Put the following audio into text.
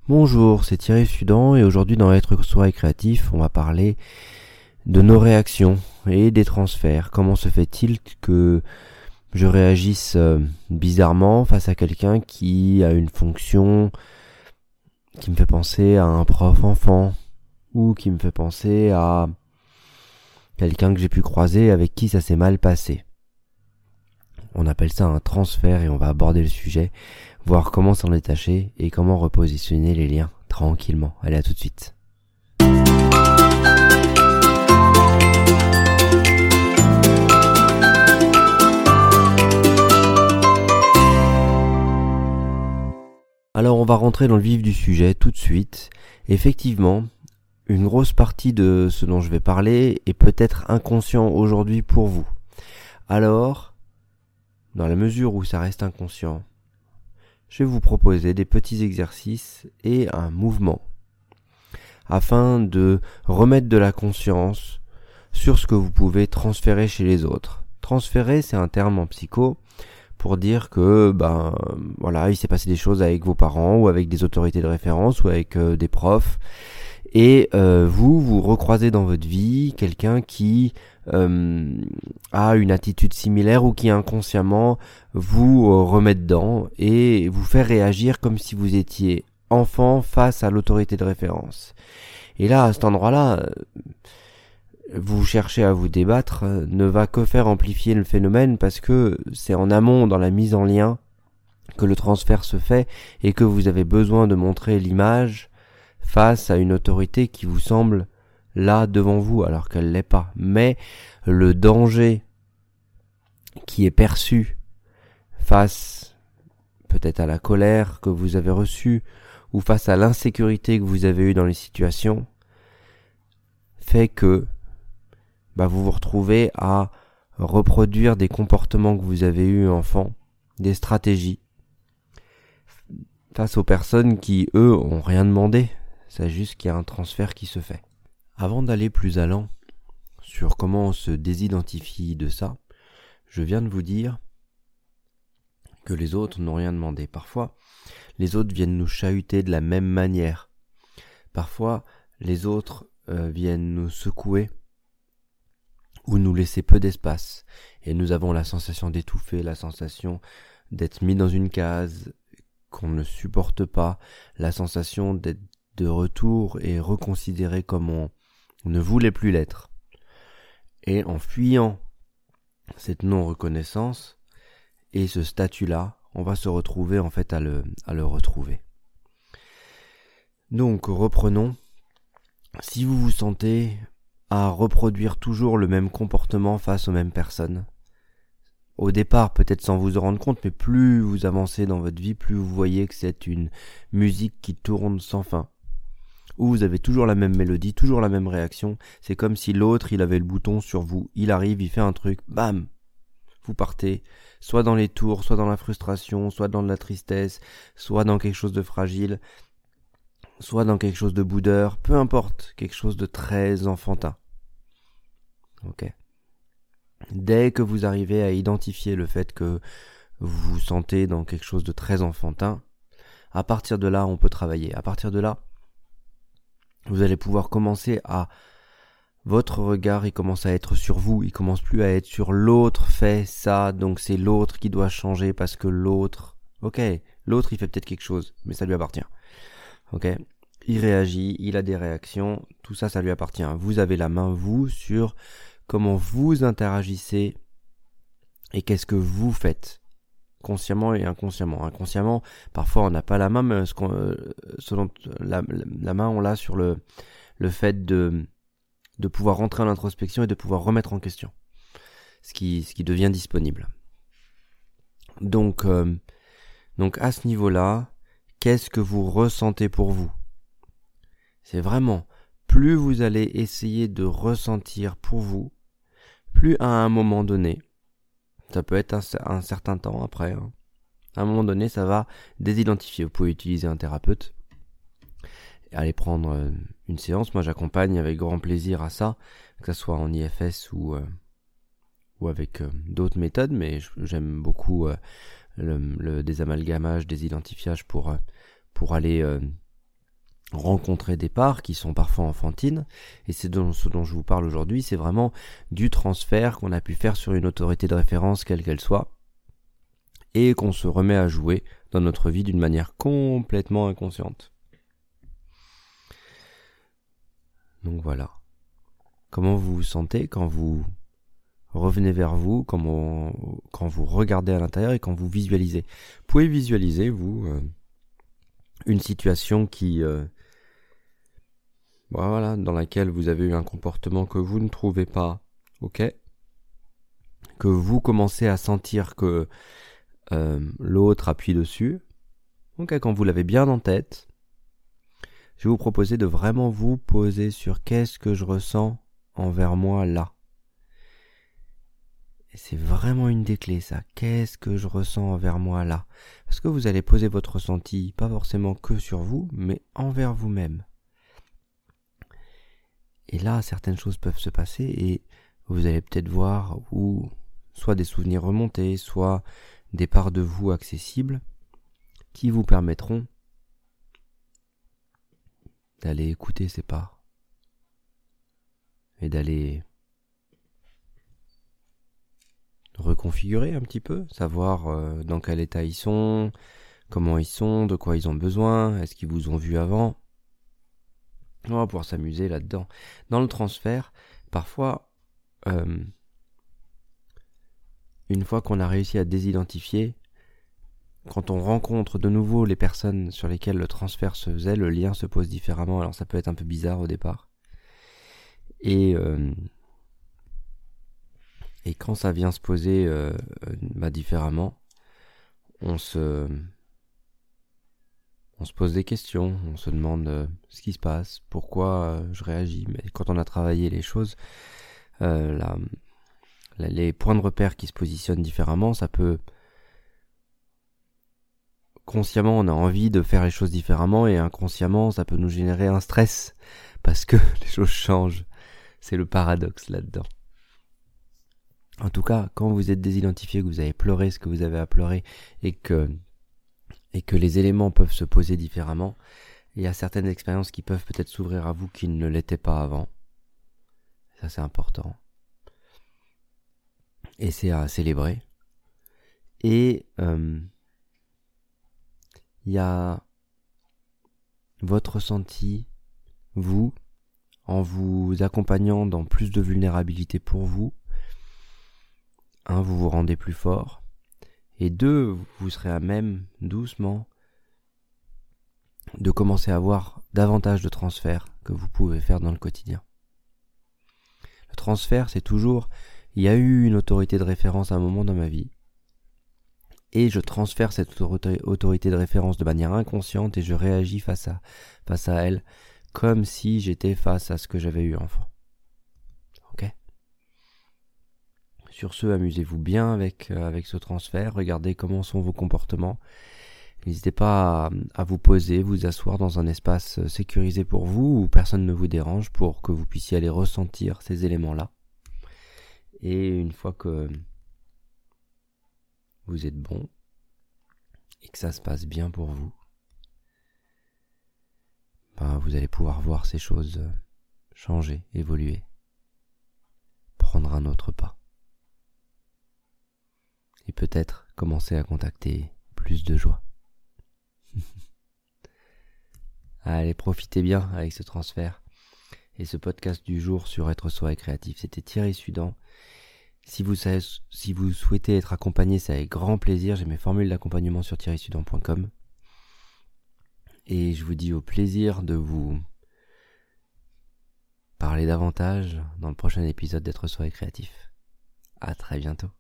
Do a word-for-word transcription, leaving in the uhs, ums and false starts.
Bonjour, c'est Thierry Sudan et aujourd'hui dans Être Soi et Créatif, on va parler de nos réactions et des transferts. Comment se fait-il que je réagisse euh, bizarrement face à quelqu'un qui a une fonction qui me fait penser à un prof enfant ou qui me fait penser à quelqu'un que j'ai pu croiser avec qui ça s'est mal passé. On appelle ça un transfert et on va aborder le sujet, voir comment s'en détacher et comment repositionner les liens tranquillement. Allez, à tout de suite. Alors on va rentrer dans le vif du sujet tout de suite. Effectivement, une grosse partie de ce dont je vais parler est peut-être inconscient aujourd'hui pour vous. Alors, dans la mesure où ça reste inconscient, je vais vous proposer des petits exercices et un mouvement afin de remettre de la conscience sur ce que vous pouvez transférer chez les autres. Transférer, c'est un terme en psycho pour dire que ben voilà, il s'est passé des choses avec vos parents ou avec des autorités de référence ou avec euh, des profs et euh, vous vous recroisez dans votre vie quelqu'un qui euh, a une attitude similaire ou qui inconsciemment vous euh, remet dedans et vous fait réagir comme si vous étiez enfant face à l'autorité de référence. Et là, à cet endroit-là, vous cherchez à vous débattre, ne va que faire amplifier le phénomène parce que c'est en amont dans la mise en lien que le transfert se fait et que vous avez besoin de montrer l'image face à une autorité qui vous semble là devant vous alors qu'elle l'est pas. Mais le danger qui est perçu face peut-être à la colère que vous avez reçue ou face à l'insécurité que vous avez eue dans les situations fait que bah, vous vous retrouvez à reproduire des comportements que vous avez eus enfant, des stratégies face aux personnes qui, eux, ont rien demandé. C'est juste qu'il y a un transfert qui se fait. Avant d'aller plus allant sur comment on se désidentifie de ça, je viens de vous dire que les autres n'ont rien demandé. Parfois, les autres viennent nous chahuter de la même manière. Parfois, les autres euh, viennent nous secouer ou nous laisser peu d'espace. Et nous avons la sensation d'étouffer, la sensation d'être mis dans une case qu'on ne supporte pas, la sensation d'être de retour et reconsidéré comme on ne voulait plus l'être. Et en fuyant cette non-reconnaissance et ce statut-là, on va se retrouver en fait à le, à le retrouver. Donc reprenons. Si vous vous sentez à reproduire toujours le même comportement face aux mêmes personnes, au départ peut-être sans vous en rendre compte, mais plus vous avancez dans votre vie, plus vous voyez que c'est une musique qui tourne sans fin, où vous avez toujours la même mélodie, toujours la même réaction, c'est comme si l'autre il avait le bouton sur vous, il arrive, il fait un truc, bam, vous partez, soit dans les tours, soit dans la frustration, soit dans de la tristesse, soit dans quelque chose de fragile, soit dans quelque chose de boudeur, peu importe, quelque chose de très enfantin. Ok. Dès que vous arrivez à identifier le fait que vous vous sentez dans quelque chose de très enfantin, à partir de là, on peut travailler. À partir de là, vous allez pouvoir commencer à... Votre regard, il commence à être sur vous, il commence plus à être sur l'autre fait ça, donc c'est l'autre qui doit changer parce que l'autre... Ok, l'autre il fait peut-être quelque chose, mais ça lui appartient. Ok, il réagit, il a des réactions, tout ça, ça lui appartient. Vous avez la main, vous, sur comment vous interagissez et qu'est-ce que vous faites, consciemment et inconsciemment. Inconsciemment, parfois on n'a pas la main, mais ce qu'on, euh, selon la, la main, on l'a sur le, le fait de, de pouvoir rentrer en introspection et de pouvoir remettre en question ce qui, ce qui devient disponible. Donc, euh, donc à ce niveau-là, qu'est-ce que vous ressentez pour vous ? C'est vraiment, plus vous allez essayer de ressentir pour vous, plus à un moment donné, ça peut être un, un certain temps après, hein, à un moment donné, ça va désidentifier. Vous pouvez utiliser un thérapeute, et aller prendre euh, une séance. Moi, j'accompagne avec grand plaisir à ça, que ce soit en I F S ou, euh, ou avec euh, d'autres méthodes, mais j'aime beaucoup euh, le, le désamalgamage, désidentifiage pour, euh, pour aller... Euh, rencontrer des parts qui sont parfois enfantines, et c'est dont, ce dont je vous parle aujourd'hui, c'est vraiment du transfert qu'on a pu faire sur une autorité de référence quelle qu'elle soit, et qu'on se remet à jouer dans notre vie d'une manière complètement inconsciente. Donc voilà. Comment vous vous sentez quand vous revenez vers vous, comment, quand vous regardez à l'intérieur et quand vous visualisez. Vous pouvez visualiser, vous, euh, une situation qui, euh, voilà, dans laquelle vous avez eu un comportement que vous ne trouvez pas ok, que vous commencez à sentir que euh, l'autre appuie dessus. Donc, quand vous l'avez bien en tête, je vais vous proposer de vraiment vous poser sur qu'est-ce que je ressens envers moi là. Et c'est vraiment une des clés, ça. Qu'est-ce que je ressens envers moi là? Parce que vous allez poser votre ressenti, pas forcément que sur vous, mais envers vous-même. Et là, certaines choses peuvent se passer et vous allez peut-être voir où soit des souvenirs remontés, soit des parts de vous accessibles qui vous permettront d'aller écouter ces parts et d'aller reconfigurer un petit peu, savoir euh, dans quel état ils sont, comment ils sont, de quoi ils ont besoin, est-ce qu'ils vous ont vu avant. On va pouvoir s'amuser là-dedans. Dans le transfert, parfois, euh, une fois qu'on a réussi à désidentifier, quand on rencontre de nouveau les personnes sur lesquelles le transfert se faisait, le lien se pose différemment. Alors ça peut être un peu bizarre au départ. Et... Euh, Et quand ça vient se poser euh, bah, différemment, on se, on se pose des questions, on se demande euh, ce qui se passe, pourquoi euh, je réagis. Mais quand on a travaillé les choses, euh, la, la, les points de repère qui se positionnent différemment, ça peut... Consciemment, on a envie de faire les choses différemment et inconsciemment, ça peut nous générer un stress parce que les choses changent. C'est le paradoxe là-dedans. En tout cas, quand vous êtes désidentifié, que vous avez pleuré ce que vous avez à pleurer et que, et que les éléments peuvent se poser différemment, il y a certaines expériences qui peuvent peut-être s'ouvrir à vous qui ne l'étaient pas avant. Ça, c'est important. Et c'est à célébrer. Et euh, il y a votre ressenti, vous, en vous accompagnant dans plus de vulnérabilité pour vous. Un, vous vous rendez plus fort. Et deux, vous serez à même, doucement, de commencer à avoir davantage de transferts que vous pouvez faire dans le quotidien. Le transfert, c'est toujours, il y a eu une autorité de référence à un moment dans ma vie, et je transfère cette autorité de référence de manière inconsciente et je réagis face à, face à elle, comme si j'étais face à ce que j'avais eu enfant. Sur ce, amusez-vous bien avec, euh, avec ce transfert, regardez comment sont vos comportements. N'hésitez pas à, à vous poser, vous asseoir dans un espace sécurisé pour vous, où personne ne vous dérange, pour que vous puissiez aller ressentir ces éléments-là. Et une fois que vous êtes bon, et que ça se passe bien pour vous, ben vous allez pouvoir voir ces choses changer, évoluer, prendre un autre pas. Et peut-être commencer à contacter plus de joie. Allez, profitez bien avec ce transfert. Et ce podcast du jour sur être soi et créatif, c'était Thierry Sudan. Si vous, savez, si vous souhaitez être accompagné, c'est avec grand plaisir. J'ai mes formules d'accompagnement sur thierry sudan point com. Et je vous dis au plaisir de vous parler davantage dans le prochain épisode d'être soi et créatif. À très bientôt.